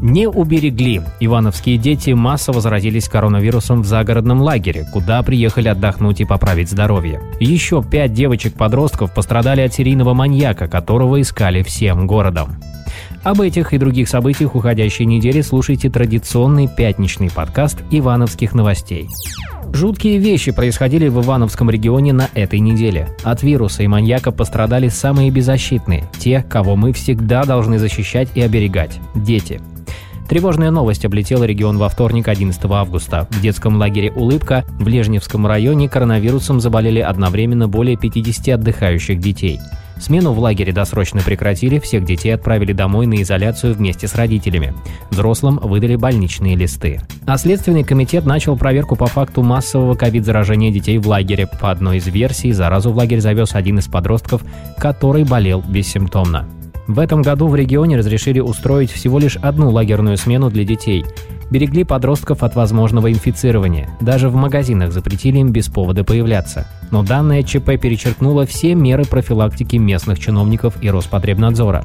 Не уберегли. Ивановские дети массово заразились коронавирусом в загородном лагере, куда приехали отдохнуть и поправить здоровье. Еще 5 девочек-подростков пострадали от серийного маньяка, которого искали всем городом. Об этих и других событиях уходящей недели слушайте традиционный пятничный подкаст «Ивановских новостей». Жуткие вещи происходили в Ивановском регионе на этой неделе. От вируса и маньяка пострадали самые беззащитные, те, кого мы всегда должны защищать и оберегать – дети. Тревожная новость облетела регион во вторник, 11 августа. В детском лагере «Улыбка» в Лежневском районе коронавирусом заболели одновременно более 50 отдыхающих детей. Смену в лагере досрочно прекратили, всех детей отправили домой на изоляцию вместе с родителями. Взрослым выдали больничные листы. А Следственный комитет начал проверку по факту массового ковид-заражения детей в лагере. По одной из версий, заразу в лагерь завез один из подростков, который болел бессимптомно. В этом году в регионе разрешили устроить всего лишь одну лагерную смену для детей. Берегли подростков от возможного инфицирования. Даже в магазинах запретили им без повода появляться. Но данное ЧП перечеркнуло все меры профилактики местных чиновников и Роспотребнадзора.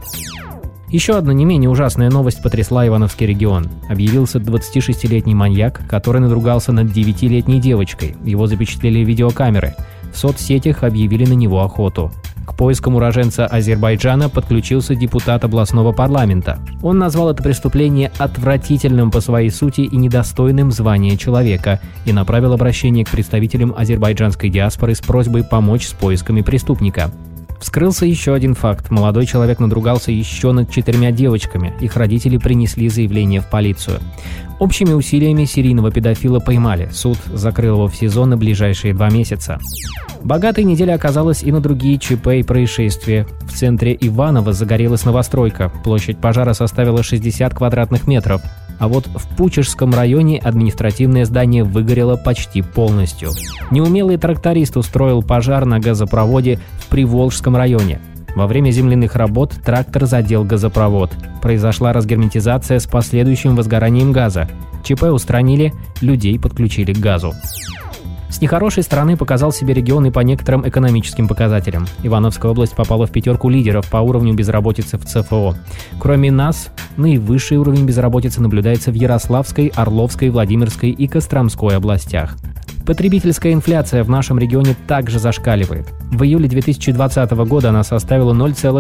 Еще одна не менее ужасная новость потрясла Ивановский регион. Объявился 26-летний маньяк, который надругался над 9-летней девочкой. Его запечатлели видеокамеры. В соцсетях объявили на него охоту. К поискам уроженца Азербайджана подключился депутат областного парламента. Он назвал это преступление отвратительным по своей сути и недостойным звания человека и направил обращение к представителям азербайджанской диаспоры с просьбой помочь с поисками преступника. Вскрылся еще один факт. Молодой человек надругался еще над 4 девочками. Их родители принесли заявление в полицию. Общими усилиями серийного педофила поймали. Суд закрыл его в СИЗО на ближайшие 2 месяца. Богатой неделя оказалась и на другие ЧП и происшествия. В центре Иваново загорелась новостройка. Площадь пожара составила 60 квадратных метров. А вот в Пучежском районе административное здание выгорело почти полностью. Неумелый тракторист устроил пожар на газопроводе в Приволжском районе. Во время земляных работ трактор задел газопровод. Произошла разгерметизация с последующим возгоранием газа. ЧП устранили, людей подключили к газу. С нехорошей стороны показал себя регион и по некоторым экономическим показателям. Ивановская область попала в 5 лидеров по уровню безработицы в ЦФО. Кроме нас, наивысший уровень безработицы наблюдается в Ярославской, Орловской, Владимирской и Костромской областях. Потребительская инфляция в нашем регионе также зашкаливает. В июле 2020 года она составила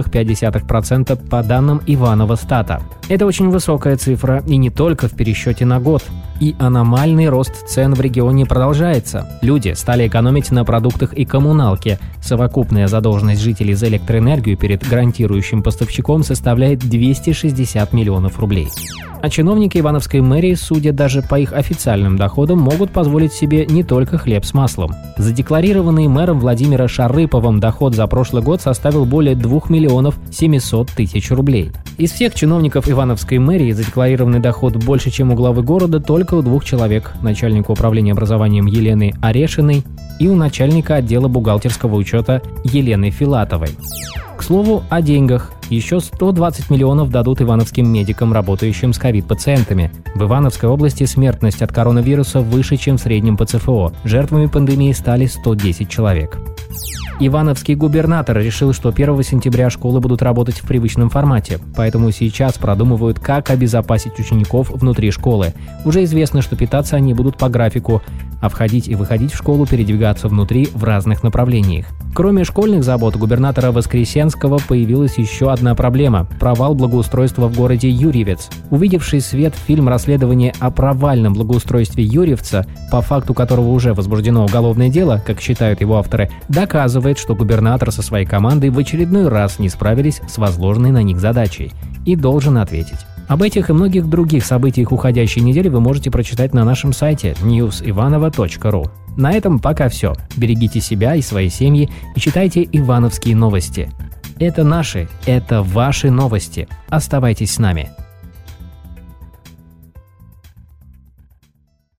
0,5% по данным Ивановостата. Это очень высокая цифра, и не только в пересчете на год. И аномальный рост цен в регионе продолжается. Люди стали экономить на продуктах и коммуналке. Совокупная задолженность жителей за электроэнергию перед гарантирующим поставщиком составляет 260 миллионов рублей. А чиновники Ивановской мэрии, судя даже по их официальным доходам, могут позволить себе не только хлеб с маслом. Задекларированный мэром Владимира Шарыповым доход за прошлый год составил более 2 миллионов 700 тысяч рублей. Из всех чиновников Ивановской мэрии задекларированный доход больше, чем у главы города, только у 2 человек – начальника управления образованием Елены Орешиной и у начальника отдела бухгалтерского учета Елены Филатовой. К слову, о деньгах. Еще 120 миллионов дадут ивановским медикам, работающим с ковид-пациентами. В Ивановской области смертность от коронавируса выше, чем в среднем по ЦФО. Жертвами пандемии стали 110 человек. Ивановский губернатор решил, что 1 сентября школы будут работать в привычном формате, поэтому сейчас продумывают, как обезопасить учеников внутри школы. Уже известно, что питаться они будут по графику, а входить и выходить в школу, передвигаться внутри в разных направлениях. Кроме школьных забот, у губернатора Воскресенского появилась еще одна проблема – провал благоустройства в городе Юрьевец. Увидевший свет фильм расследования о провальном благоустройстве Юрьевца, по факту которого уже возбуждено уголовное дело, как считают его авторы, доказывает, что губернатор со своей командой в очередной раз не справились с возложенной на них задачей и должен ответить. Об этих и многих других событиях уходящей недели вы можете прочитать на нашем сайте newsivanova.ru. На этом пока все. Берегите себя и свои семьи и читайте ивановские новости. Это наши, это ваши новости. Оставайтесь с нами.